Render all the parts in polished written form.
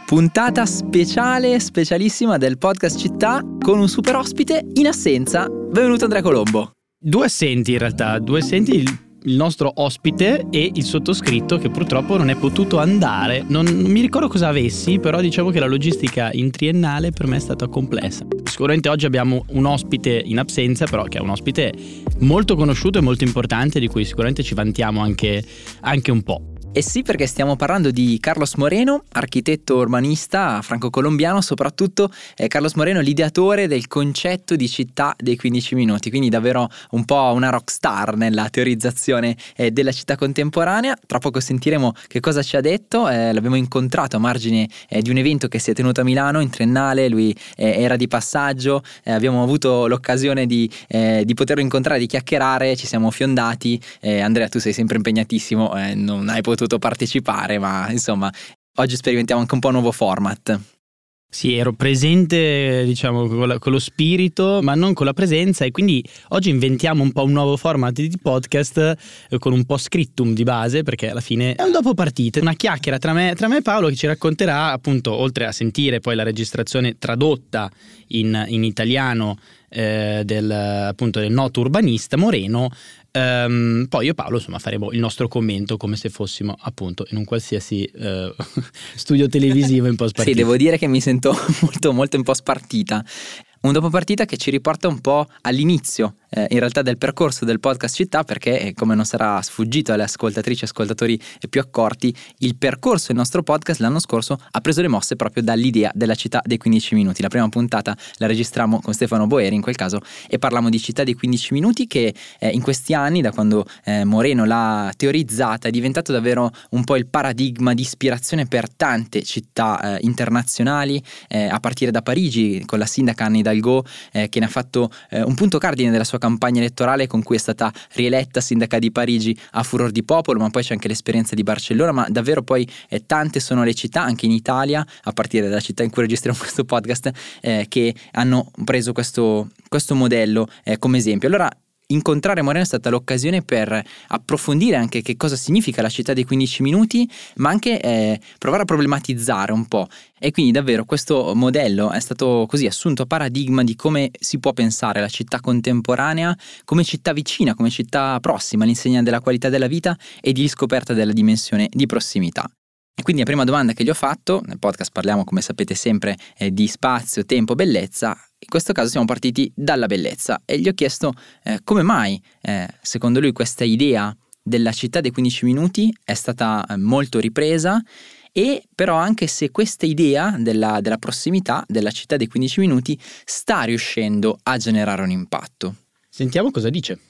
Puntata specialissima del podcast Città con un super ospite in assenza. Benvenuto Andrea Colombo. Due assenti in realtà, il nostro ospite e il sottoscritto che purtroppo non è potuto andare. Non mi ricordo cosa avessi, però diciamo che la logistica in triennale per me è stata complessa. Sicuramente oggi abbiamo un ospite in assenza, però che è un ospite molto conosciuto e molto importante, di cui sicuramente ci vantiamo anche un po'. Eh sì, perché stiamo parlando di Carlos Moreno, architetto urbanista franco-colombiano, soprattutto Carlos Moreno, l'ideatore del concetto di città dei 15 minuti, quindi davvero un po' una rockstar nella teorizzazione della città contemporanea. Tra poco sentiremo che cosa ci ha detto, l'abbiamo incontrato a margine di un evento che si è tenuto a Milano in triennale, lui era di passaggio, abbiamo avuto l'occasione di poterlo incontrare, di chiacchierare, ci siamo fiondati. Andrea, tu sei sempre impegnatissimo, non hai potuto partecipare, ma insomma oggi sperimentiamo anche un po' un nuovo format. Sì, ero presente diciamo con lo spirito ma non con la presenza, e quindi oggi inventiamo un po' un nuovo format di podcast con un po' scriptum di base, perché alla fine è un dopo partita, una chiacchiera tra me e Paolo, che ci racconterà, appunto, oltre a sentire poi la registrazione tradotta in italiano del noto urbanista Moreno, poi io e Paolo insomma faremo il nostro commento come se fossimo appunto in un qualsiasi studio televisivo in post partita. Sì, devo dire che mi sento molto in post partita. Un dopo partita che ci riporta un po' all'inizio in realtà del percorso del podcast Città, perché come non sarà sfuggito alle ascoltatrici e ascoltatori più accorti, il percorso del nostro podcast l'anno scorso ha preso le mosse proprio dall'idea della città dei 15 minuti. La prima puntata la registrammo con Stefano Boeri in quel caso e parlammo di città dei 15 minuti che in questi anni, da quando Moreno l'ha teorizzata, è diventato davvero un po' il paradigma di ispirazione per tante città internazionali, a partire da Parigi con la sindaca Anne Hidalgo, che ne ha fatto un punto cardine della sua campagna elettorale, con cui è stata rieletta sindaca di Parigi a furor di popolo. Ma poi c'è anche l'esperienza di Barcellona, ma davvero poi tante sono le città anche in Italia, a partire dalla città in cui registriamo questo podcast, che hanno preso questo modello come esempio. Allora incontrare Moreno è stata l'occasione per approfondire anche che cosa significa la città dei 15 minuti, ma anche provare a problematizzare un po'. E quindi davvero questo modello è stato così assunto a paradigma di come si può pensare la città contemporanea come città vicina, come città prossima, all'insegna della qualità della vita e di riscoperta della dimensione di prossimità. E quindi la prima domanda che gli ho fatto, nel podcast parliamo come sapete sempre di spazio, tempo, bellezza, in questo caso siamo partiti dalla bellezza e gli ho chiesto come mai secondo lui questa idea della città dei 15 minuti è stata molto ripresa, e però anche se questa idea della prossimità della città dei 15 minuti sta riuscendo a generare un impatto. Sentiamo cosa dice.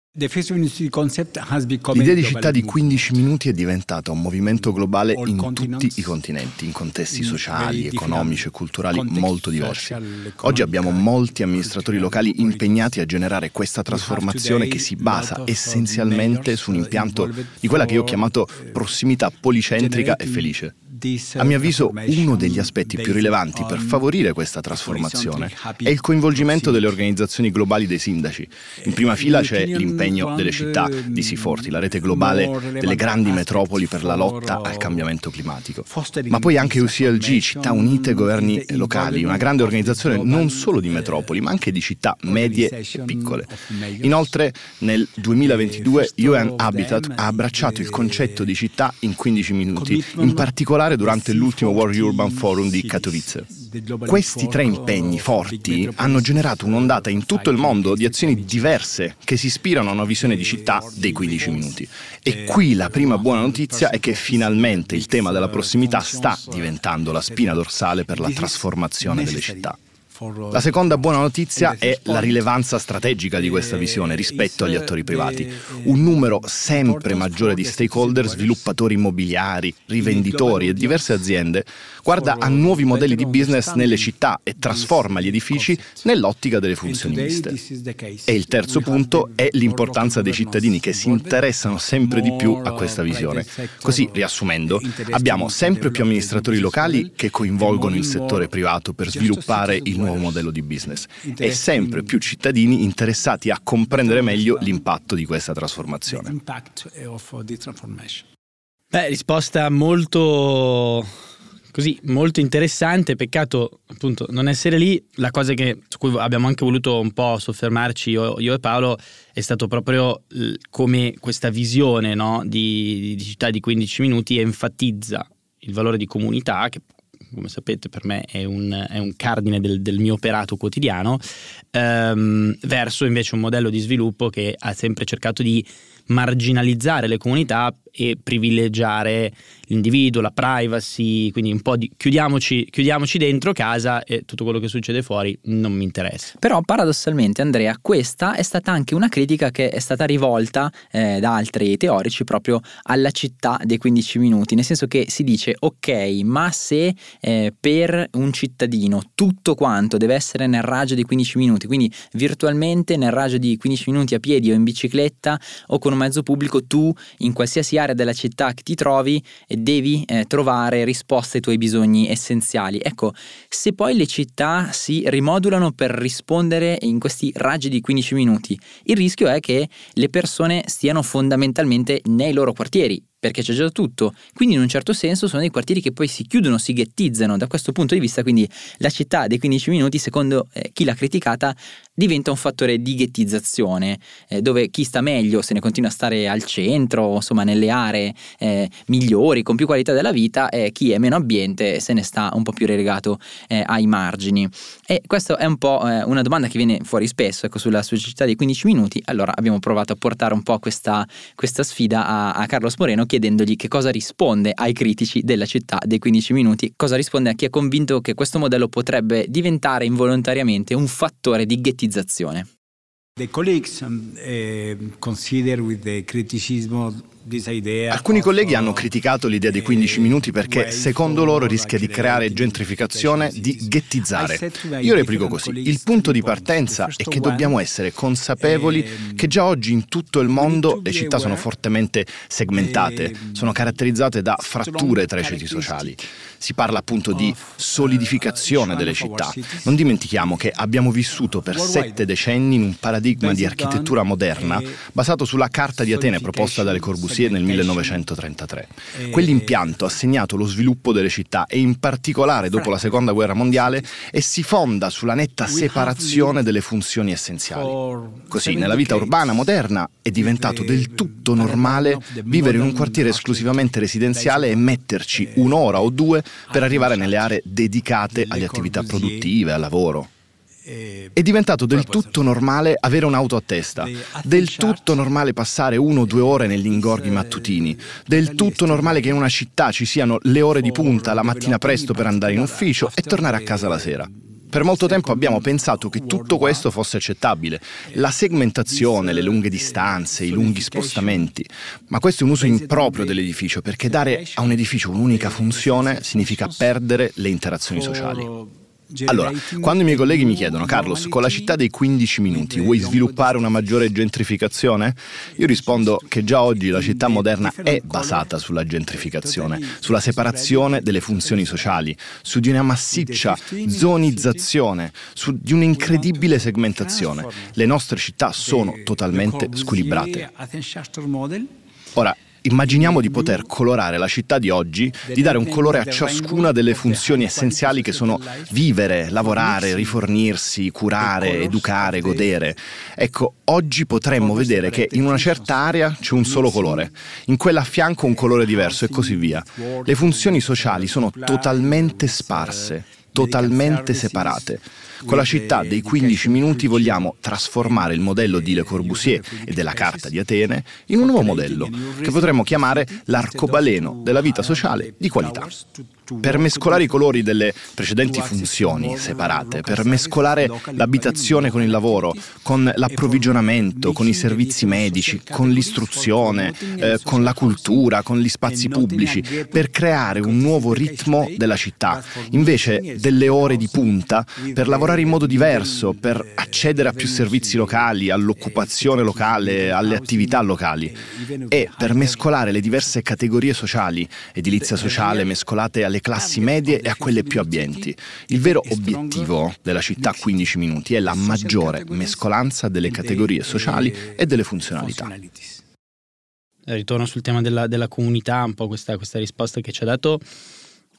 L'idea di città di 15 minuti è diventata un movimento globale in tutti i continenti, in contesti sociali, economici e culturali molto diversi. Oggi abbiamo molti amministratori locali impegnati a generare questa trasformazione che si basa essenzialmente su un impianto di quella che io ho chiamato prossimità policentrica e felice. A mio avviso, uno degli aspetti più rilevanti per favorire questa trasformazione è il coinvolgimento delle organizzazioni globali dei sindaci. In prima fila c'è l'impegno delle città di C40, la rete globale delle grandi metropoli per la lotta al cambiamento climatico. Ma poi anche UCLG, Città Unite Governi Locali, una grande organizzazione non solo di metropoli, ma anche di città medie e piccole. Inoltre, nel 2022 UN Habitat ha abbracciato il concetto di città in 15 minuti, in particolare durante l'ultimo World Urban Forum di Katowice. Questi tre impegni forti hanno generato un'ondata in tutto il mondo di azioni diverse che si ispirano a una visione di città dei 15 minuti. E qui la prima buona notizia è che finalmente il tema della prossimità sta diventando la spina dorsale per la trasformazione delle città. La seconda buona notizia è la rilevanza strategica di questa visione rispetto agli attori privati. Un numero sempre maggiore di stakeholder, sviluppatori immobiliari, rivenditori e diverse aziende guarda a nuovi modelli di business nelle città e trasforma gli edifici nell'ottica delle funzioni miste. E il terzo punto è l'importanza dei cittadini che si interessano sempre di più a questa visione. Così, riassumendo, abbiamo sempre più amministratori locali che coinvolgono il settore privato per sviluppare il nuovo modello di business e sempre più cittadini interessati a comprendere meglio l'impatto di questa trasformazione. Risposta molto così molto interessante, peccato appunto non essere lì. La cosa su cui abbiamo anche voluto un po' soffermarci io e Paolo è stato proprio come questa visione, no, di città di 15 minuti enfatizza il valore di comunità, che come sapete per me è un cardine del mio operato quotidiano, verso invece un modello di sviluppo che ha sempre cercato di marginalizzare le comunità e privilegiare l'individuo, la privacy, quindi un po' di chiudiamoci dentro casa e tutto quello che succede fuori non mi interessa. Però paradossalmente, Andrea, questa è stata anche una critica che è stata rivolta da altri teorici proprio alla città dei 15 minuti, nel senso che si dice ok, ma se per un cittadino tutto quanto deve essere nel raggio di 15 minuti, quindi virtualmente nel raggio di 15 minuti a piedi o in bicicletta o con un mezzo pubblico, tu in qualsiasi area della città che ti trovi devi trovare risposte ai tuoi bisogni essenziali. Ecco, se poi le città si rimodulano per rispondere in questi raggi di 15 minuti, il rischio è che le persone stiano fondamentalmente nei loro quartieri, perché c'è già tutto, quindi in un certo senso sono dei quartieri che poi si chiudono, si ghettizzano. Da questo punto di vista, quindi la città dei 15 minuti, secondo chi l'ha criticata, diventa un fattore di ghettizzazione, dove chi sta meglio se ne continua a stare al centro, insomma nelle aree migliori, con più qualità della vita, e chi è meno ambiente se ne sta un po' più relegato ai margini. E questo è un po' una domanda che viene fuori spesso, ecco, sulla città dei 15 minuti. Allora abbiamo provato a portare un po' questa sfida a Carlos Moreno, chiedendogli che cosa risponde ai critici della città dei 15 minuti, cosa risponde a chi è convinto che questo modello potrebbe diventare involontariamente un fattore di ghettizzazione. Alcuni colleghi hanno criticato l'idea dei 15 minuti perché secondo loro rischia di creare gentrificazione, di ghettizzare. Io replico così: il punto di partenza è che dobbiamo essere consapevoli che già oggi in tutto il mondo le città sono fortemente segmentate, sono caratterizzate da fratture tra i ceti sociali. Si parla appunto di solidificazione delle città. Non dimentichiamo che abbiamo vissuto per 7 decenni in un paradigma di architettura moderna basato sulla Carta di Atene proposta dalle Corbusier nel 1933. Quell'impianto ha segnato lo sviluppo delle città e in particolare dopo la Seconda Guerra Mondiale, e si fonda sulla netta separazione delle funzioni essenziali. Così nella vita urbana moderna è diventato del tutto normale vivere in un quartiere esclusivamente residenziale e metterci un'ora o due per arrivare nelle aree dedicate alle attività produttive, al lavoro. È diventato del tutto normale avere un'auto a testa, del tutto normale passare 1 o 2 ore negli ingorghi mattutini, del tutto normale che in una città ci siano le ore di punta la mattina presto per andare in ufficio e tornare a casa la sera. Per molto tempo abbiamo pensato che tutto questo fosse accettabile, la segmentazione, le lunghe distanze, i lunghi spostamenti, ma questo è un uso improprio dell'edificio, perché dare a un edificio un'unica funzione significa perdere le interazioni sociali. Allora, quando i miei colleghi mi chiedono: Carlos, con la città dei 15 minuti vuoi sviluppare una maggiore gentrificazione? Io rispondo che già oggi la città moderna è basata sulla gentrificazione, sulla separazione delle funzioni sociali, su di una massiccia zonizzazione, su di un'incredibile segmentazione. Le nostre città sono totalmente squilibrate. Ora, immaginiamo di poter colorare la città di oggi, di dare un colore a ciascuna delle funzioni essenziali che sono vivere, lavorare, rifornirsi, curare, educare, godere. Ecco, oggi potremmo vedere che in una certa area c'è un solo colore, in quella a fianco un colore diverso e così via. Le funzioni sociali sono totalmente sparse, totalmente separate. Con la città dei 15 minuti vogliamo trasformare il modello di Le Corbusier e della Carta di Atene in un nuovo modello che potremmo chiamare l'arcobaleno della vita sociale di qualità. Per mescolare i colori delle precedenti funzioni separate, per mescolare l'abitazione con il lavoro, con l'approvvigionamento, con i servizi medici, con l'istruzione, con la cultura, con gli spazi pubblici, per creare un nuovo ritmo della città, invece delle ore di punta, per lavorare in modo diverso, per accedere a più servizi locali, all'occupazione locale, alle attività locali, e per mescolare le diverse categorie sociali, edilizia sociale mescolate alle classi medie e a quelle più abbienti. Il vero obiettivo della città 15 minuti è la maggiore mescolanza delle categorie sociali e delle funzionalità. Ritorno sul tema della comunità, un po' questa risposta che ci ha dato.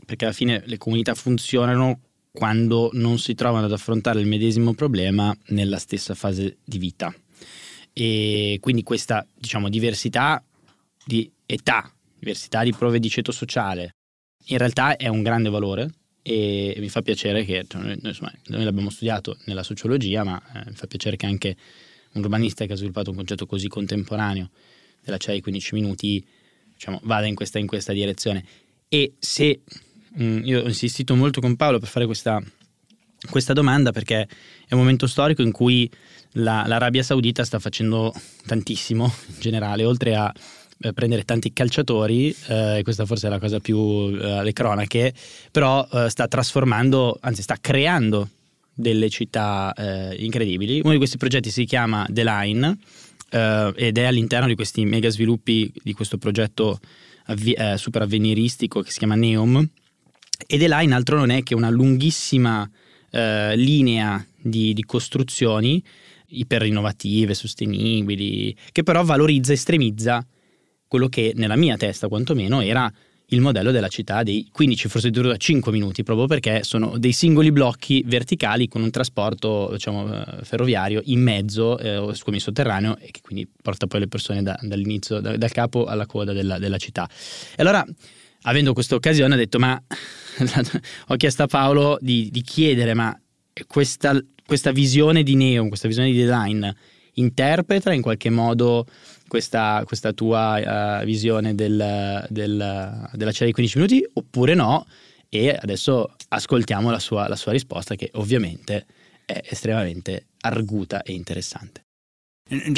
perché alla fine le comunità funzionano quando non si trovano ad affrontare il medesimo problema nella stessa fase di vita. E quindi questa, diciamo, diversità di età, diversità di prove di ceto sociale, in realtà è un grande valore, e mi fa piacere che noi l'abbiamo studiato nella sociologia, ma mi fa piacere che anche un urbanista che ha sviluppato un concetto così contemporaneo della cena di 15 minuti, diciamo, vada in questa direzione. E se io ho insistito molto con Paolo per fare questa domanda, perché è un momento storico in cui l'Arabia Saudita sta facendo tantissimo in generale, oltre a prendere tanti calciatori, questa forse è la cosa più alle cronache, però sta trasformando, anzi sta creando delle città incredibili. Uno di questi progetti si chiama The Line, ed è all'interno di questi mega sviluppi di questo progetto super avveniristico che si chiama Neom. E The Line altro non è che una lunghissima linea di costruzioni iper innovative, sostenibili, che però valorizza, estremizza quello che nella mia testa quantomeno era il modello della città dei 15, forse addirittura 5 minuti, proprio perché sono dei singoli blocchi verticali con un trasporto, diciamo, ferroviario in mezzo, come sotterraneo, e che quindi porta poi le persone dall'inizio, dal capo alla coda della città. E allora, avendo questa occasione, ho detto, ma ho chiesto a Paolo di chiedere, ma questa visione di Neom, questa visione di design interpreta in qualche modo questa tua visione della cena di 15 minuti oppure no? E adesso ascoltiamo la sua risposta, che ovviamente è estremamente arguta e interessante. In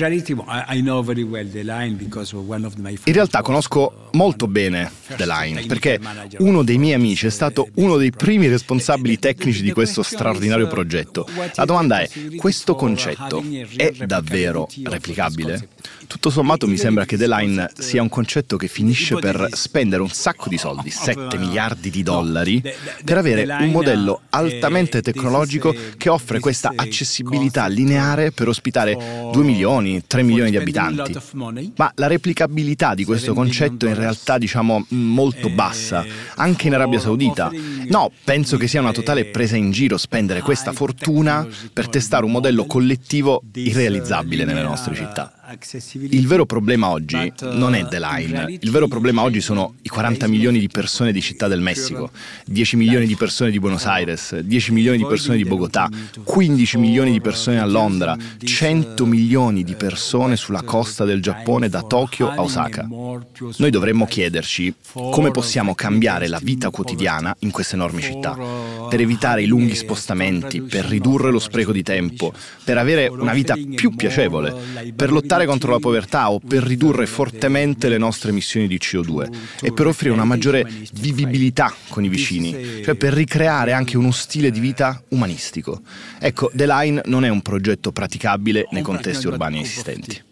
realtà conosco molto bene The Line, perché uno dei miei amici è stato uno dei primi responsabili tecnici di questo straordinario progetto. La domanda è: questo concetto è davvero replicabile? Tutto sommato mi sembra che The Line sia un concetto che finisce per spendere un sacco di soldi, 7 miliardi di dollari, per avere un modello altamente tecnologico che offre questa accessibilità lineare per ospitare 2 milioni, 3 milioni di abitanti. Ma la replicabilità di questo concetto è in realtà, diciamo, molto bassa, anche in Arabia Saudita. No, penso che sia una totale presa in giro spendere questa fortuna per testare un modello collettivo irrealizzabile nelle nostre città. Il vero problema oggi non è The Line, il vero problema oggi sono i 40 milioni di persone di Città del Messico, 10 milioni di persone di Buenos Aires, 10 milioni di persone di Bogotà, 15 milioni di persone a Londra, 100 milioni di persone sulla costa del Giappone da Tokyo a Osaka. Noi dovremmo chiederci come possiamo cambiare la vita quotidiana in queste enormi città, per evitare i lunghi spostamenti, per ridurre lo spreco di tempo, per avere una vita più piacevole, per lottare contro la povertà o per ridurre fortemente le nostre emissioni di CO2 e per offrire una maggiore vivibilità con i vicini, cioè per ricreare anche uno stile di vita umanistico. Ecco, The Line non è un progetto praticabile nei contesti urbani esistenti.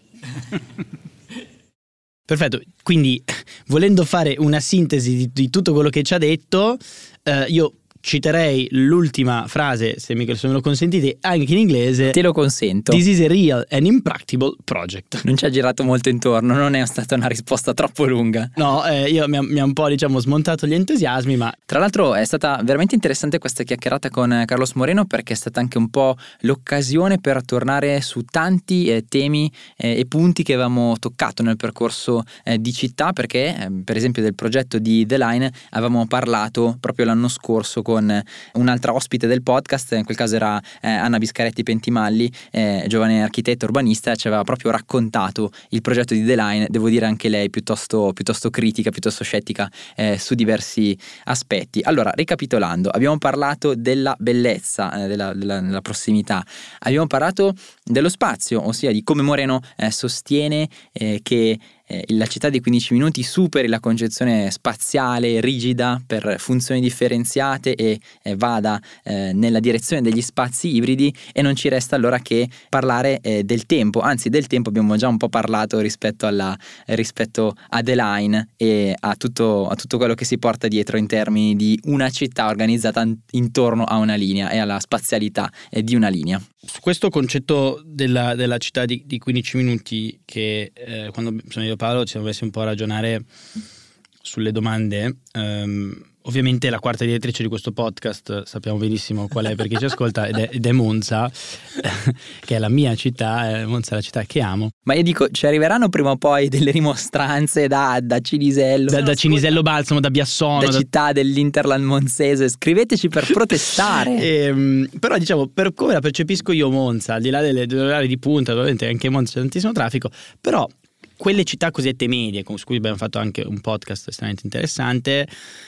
Perfetto, quindi volendo fare una sintesi di tutto quello che ci ha detto, io citerei l'ultima frase, se me lo consentite, anche in inglese. Te lo consento. This is a real and impracticable project. Non ci ha girato molto intorno, non è stata una risposta troppo lunga. No, io mi ha un po', diciamo, smontato gli entusiasmi, ma... Tra l'altro è stata veramente interessante questa chiacchierata con Carlos Moreno, perché è stata anche un po' l'occasione per tornare su tanti temi e punti che avevamo toccato nel percorso di città, perché per esempio del progetto di The Line avevamo parlato proprio l'anno scorso con un'altra ospite del podcast, in quel caso era Anna Biscaretti Pentimalli, giovane architetto urbanista, ci aveva proprio raccontato il progetto di The Line, devo dire anche lei piuttosto critica, piuttosto scettica su diversi aspetti. Allora, ricapitolando, abbiamo parlato della bellezza della prossimità, abbiamo parlato dello spazio, ossia di come Moreno sostiene che la città dei 15 minuti superi la concezione spaziale rigida per funzioni differenziate e vada nella direzione degli spazi ibridi, e non ci resta allora che parlare del tempo, anzi del tempo abbiamo già un po' parlato rispetto a The Line e a tutto quello che si porta dietro in termini di una città organizzata intorno a una linea e alla spazialità di una linea. Su questo concetto della città di 15 minuti, che quando sono io e Paolo ci siamo messi un po' a ragionare sulle domande, Ovviamente la quarta direttrice di questo podcast sappiamo benissimo qual è per chi ci ascolta ed è Monza, che è la mia città, Monza è la città che amo. Ma io dico, ci arriveranno prima o poi delle rimostranze da Cinisello, da Cinisello Balsamo, da Biassono, da città dell'Interland monzese, scriveteci per protestare. Però diciamo, per come la percepisco io Monza, al di là delle orari di punta, ovviamente anche in Monza c'è tantissimo traffico, però quelle città cosiddette medie, su cui abbiamo fatto anche un podcast estremamente interessante,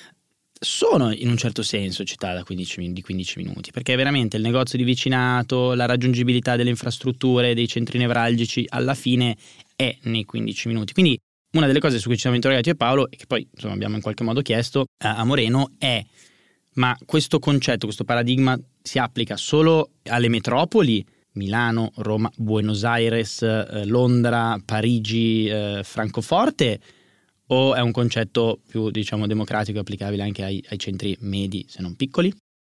sono in un certo senso città di 15 minuti, perché veramente il negozio di vicinato, la raggiungibilità delle infrastrutture, dei centri nevralgici, alla fine è nei 15 minuti. Quindi una delle cose su cui ci siamo interrogati io e Paolo, e che poi insomma abbiamo in qualche modo chiesto a Moreno, è: ma questo concetto, questo paradigma si applica solo alle metropoli? Milano, Roma, Buenos Aires, Londra, Parigi, Francoforte? O è un concetto più, diciamo, democratico e applicabile anche ai centri medi, se non piccoli?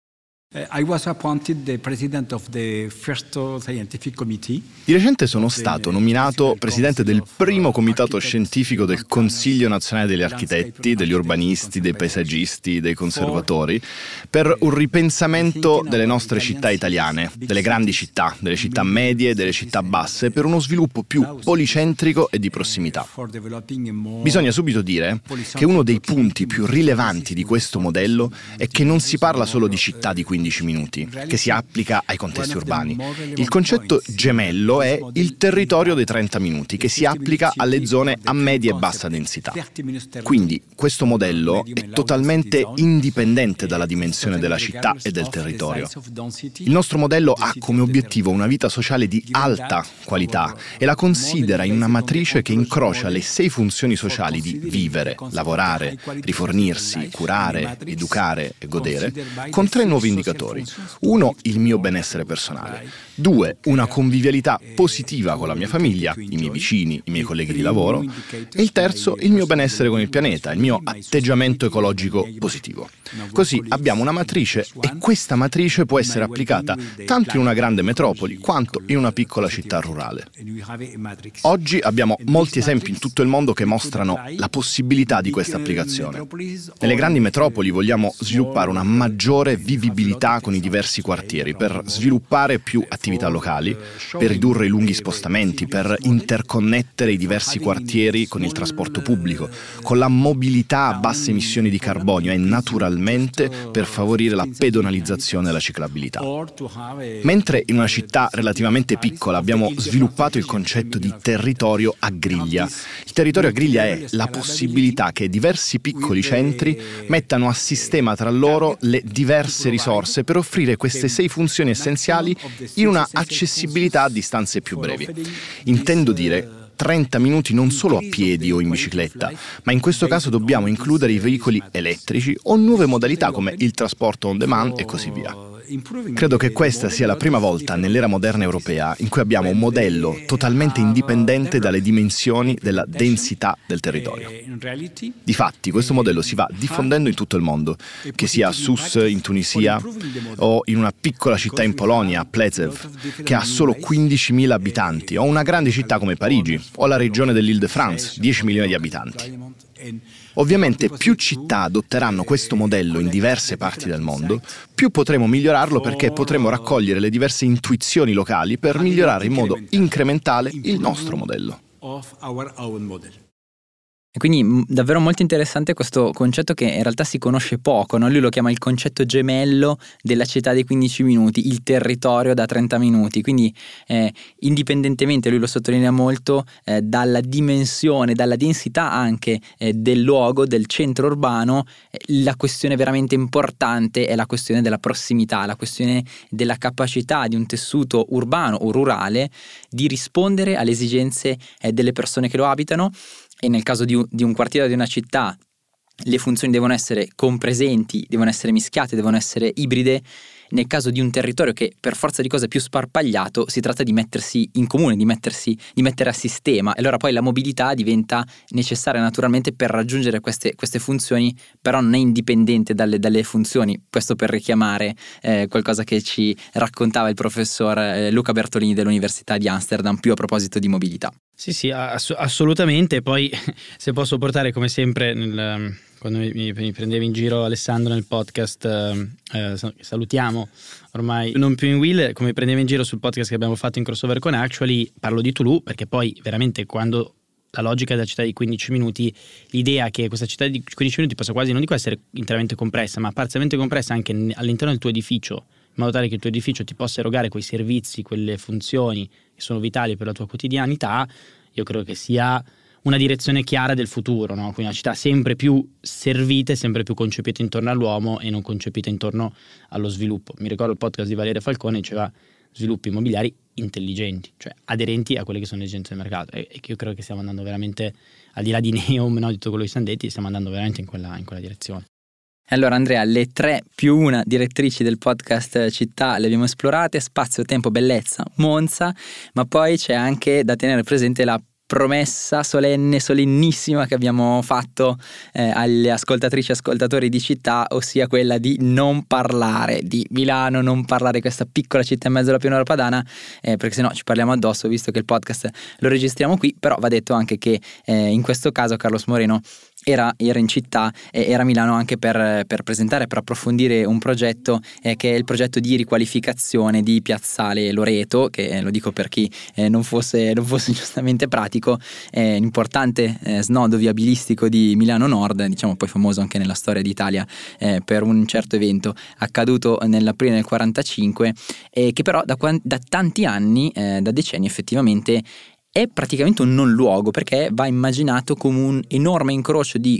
I was appointed the president of the first scientific committee. Di recente sono stato nominato presidente del primo comitato scientifico del Consiglio Nazionale degli Architetti, degli urbanisti, dei paesaggisti, dei conservatori, per un ripensamento delle nostre città italiane, delle grandi città, delle città medie, delle città basse, per uno sviluppo più policentrico e di prossimità. Bisogna subito dire che uno dei punti più rilevanti di questo modello è che non si parla solo di città di 15 minuti, che si applica ai contesti urbani. Il concetto gemello è il territorio dei 30 minuti, che si applica alle zone a media e bassa densità. Quindi questo modello è totalmente indipendente dalla dimensione della città e del territorio. Il nostro modello ha come obiettivo una vita sociale di alta qualità e la considera in una matrice che incrocia le 6 funzioni sociali di vivere, lavorare, rifornirsi, curare, educare e godere, con 3 nuovi indicatori. 1. Il mio benessere personale. 2. Una convivialità positiva con la mia famiglia, i miei vicini, i miei colleghi di lavoro. E il terzo, il mio benessere con il pianeta, il mio atteggiamento ecologico positivo. Così abbiamo una matrice e questa matrice può essere applicata tanto in una grande metropoli quanto in una piccola città rurale. Oggi abbiamo molti esempi in tutto il mondo che mostrano la possibilità di questa applicazione. Nelle grandi metropoli vogliamo sviluppare una maggiore vivibilità con i diversi quartieri per sviluppare più attività locali, per ridurre i lunghi spostamenti, per interconnettere i diversi quartieri con il trasporto pubblico, con la mobilità a basse emissioni di carbonio e naturalmente per favorire la pedonalizzazione e la ciclabilità. Mentre in una città relativamente piccola abbiamo sviluppato il concetto di territorio a griglia. Il territorio a griglia è la possibilità che diversi piccoli centri mettano a sistema tra loro le diverse risorse per offrire queste 6 funzioni essenziali in una accessibilità a distanze più brevi. Intendo dire 30 minuti non solo a piedi o in bicicletta, ma in questo caso dobbiamo includere i veicoli elettrici o nuove modalità come il trasporto on demand e così via. Credo che questa sia la prima volta nell'era moderna europea in cui abbiamo un modello totalmente indipendente dalle dimensioni della densità del territorio. Difatti, questo modello si va diffondendo in tutto il mondo, che sia a Sousse in Tunisia o in una piccola città in Polonia, Plezev, che ha solo 15.000 abitanti, o una grande città come Parigi o la regione dell'Île-de-France, 10 milioni di abitanti. Ovviamente più città adotteranno questo modello in diverse parti del mondo, più potremo migliorarlo perché potremo raccogliere le diverse intuizioni locali per migliorare in modo incrementale il nostro modello. E quindi davvero molto interessante questo concetto che in realtà si conosce poco, no? Lui lo chiama il concetto gemello della città dei 15 minuti, il territorio da 30 minuti, quindi indipendentemente, lui lo sottolinea molto, dalla dimensione, dalla densità anche del luogo, del centro urbano, la questione veramente importante è la questione della prossimità, la questione della capacità di un tessuto urbano o rurale di rispondere alle esigenze delle persone che lo abitano. E nel caso di un quartiere o di una città le funzioni devono essere compresenti, devono essere mischiate, devono essere ibride. Nel caso di un territorio che per forza di cose è più sparpagliato, si tratta di mettersi in comune, di mettere a sistema, e allora poi la mobilità diventa necessaria naturalmente per raggiungere queste funzioni, però non è indipendente dalle funzioni. Questo per richiamare qualcosa che ci raccontava il professor Luca Bertolini dell'Università di Amsterdam più a proposito di mobilità. Sì, assolutamente. Poi se posso portare come sempre quando mi prendevi in giro Alessandro nel podcast, salutiamo ormai, non più in Will, come mi prendevi in giro sul podcast che abbiamo fatto in crossover con Actually, parlo di Toulouse, perché poi veramente quando la logica della città di 15 minuti, l'idea che questa città di 15 minuti possa quasi, non dico essere interamente compressa, ma parzialmente compressa anche all'interno del tuo edificio, in modo tale che il tuo edificio ti possa erogare quei servizi, quelle funzioni che sono vitali per la tua quotidianità, io credo che sia una direzione chiara del futuro, no? Quindi una città sempre più servita e sempre più concepita intorno all'uomo e non concepita intorno allo sviluppo. Mi ricordo il podcast di Valeria Falcone, diceva sviluppi immobiliari intelligenti, cioè aderenti a quelle che sono le esigenze del mercato, e che io credo che stiamo andando veramente, al di là di Neom, no, di tutto quello che siamo detti, stiamo andando veramente in quella direzione. Allora Andrea, le 3+1 direttrici del podcast Città le abbiamo esplorate: spazio, tempo, bellezza, Monza, ma poi c'è anche da tenere presente la promessa solennissima che abbiamo fatto alle ascoltatrici e ascoltatori di Città, ossia quella di non parlare di Milano, non parlare di questa piccola città in mezzo alla pianura padana, perché sennò ci parliamo addosso, visto che il podcast lo registriamo qui. Però va detto anche che in questo caso Carlos Moreno era in città, era a Milano anche per presentare, per approfondire un progetto che è il progetto di riqualificazione di Piazzale Loreto, che lo dico per chi non fosse giustamente pratico, importante snodo viabilistico di Milano Nord, diciamo poi famoso anche nella storia d'Italia per un certo evento accaduto nell'aprile del 45, che però da tanti anni, da decenni effettivamente, è praticamente un non luogo, perché va immaginato come un enorme incrocio di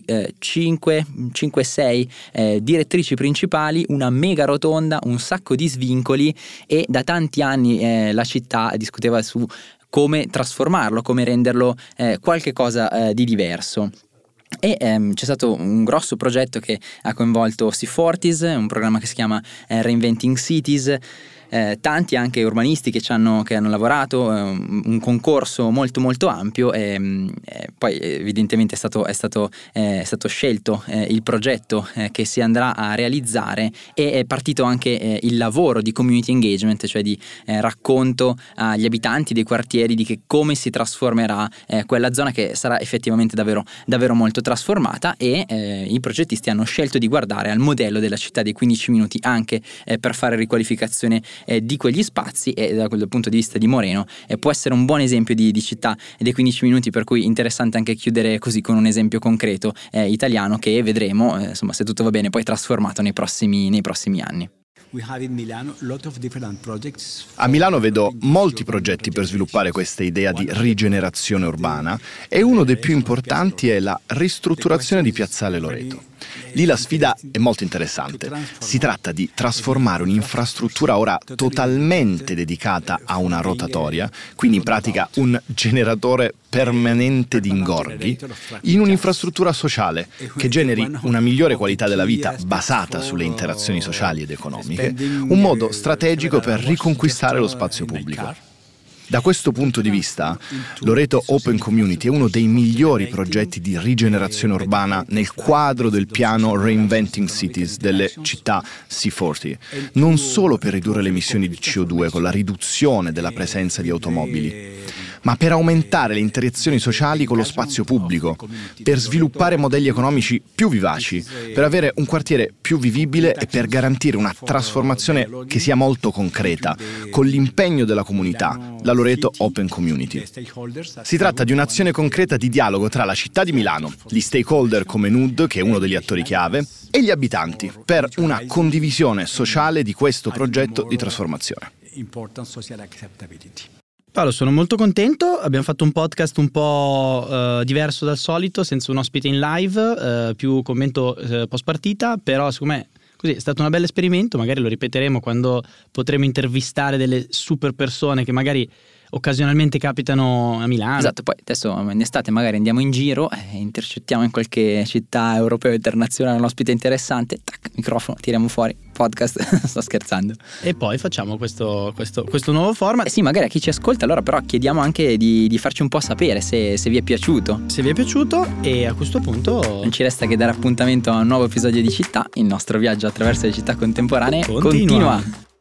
5-6 direttrici principali, una mega rotonda, un sacco di svincoli, e da tanti anni la città discuteva su come trasformarlo, come renderlo qualche cosa di diverso. E c'è stato un grosso progetto che ha coinvolto C40s, un programma che si chiama Reinventing Cities, tanti anche urbanisti che hanno lavorato, un concorso molto molto ampio, e poi evidentemente è stato scelto il progetto che si andrà a realizzare, e è partito anche il lavoro di community engagement, cioè di racconto agli abitanti dei quartieri di come si trasformerà quella zona, che sarà effettivamente davvero molto trasformata, e i progettisti hanno scelto di guardare al modello della città dei 15 minuti anche per fare riqualificazione di quegli spazi, e da quel punto di vista di Moreno può essere un buon esempio di città dei 15 minuti, per cui interessante anche chiudere così con un esempio concreto italiano, che vedremo insomma, se tutto va bene, poi trasformato nei prossimi anni. A Milano vedo molti progetti per sviluppare questa idea di rigenerazione urbana, e uno dei più importanti è la ristrutturazione di Piazzale Loreto. Lì la sfida è molto interessante. Si tratta di trasformare un'infrastruttura ora totalmente dedicata a una rotatoria, quindi in pratica un generatore permanente di ingorghi, in un'infrastruttura sociale che generi una migliore qualità della vita basata sulle interazioni sociali ed economiche, un modo strategico per riconquistare lo spazio pubblico. Da questo punto di vista, Loreto Open Community è uno dei migliori progetti di rigenerazione urbana nel quadro del piano Reinventing Cities delle città C40, non solo per ridurre le emissioni di CO2 con la riduzione della presenza di automobili, ma per aumentare le interazioni sociali con lo spazio pubblico, per sviluppare modelli economici più vivaci, per avere un quartiere più vivibile e per garantire una trasformazione che sia molto concreta, con l'impegno della comunità, la Loreto Open Community. Si tratta di un'azione concreta di dialogo tra la città di Milano, gli stakeholder come NUD, che è uno degli attori chiave, e gli abitanti, per una condivisione sociale di questo progetto di trasformazione. Paolo, sono molto contento, abbiamo fatto un podcast un po' diverso dal solito, senza un ospite in live, più commento post partita, però secondo me così è stato un bel esperimento, magari lo ripeteremo quando potremo intervistare delle super persone che magari occasionalmente capitano a Milano. Esatto, poi adesso in estate magari andiamo in giro e intercettiamo in qualche città europea o internazionale un ospite interessante, tac, microfono, tiriamo fuori, podcast, sto scherzando. E poi facciamo questo nuovo format. Sì, magari a chi ci ascolta, allora però chiediamo anche di farci un po' sapere se vi è piaciuto. Se vi è piaciuto, e a questo punto non ci resta che dare appuntamento a un nuovo episodio di Città, il nostro viaggio attraverso le città contemporanee continua.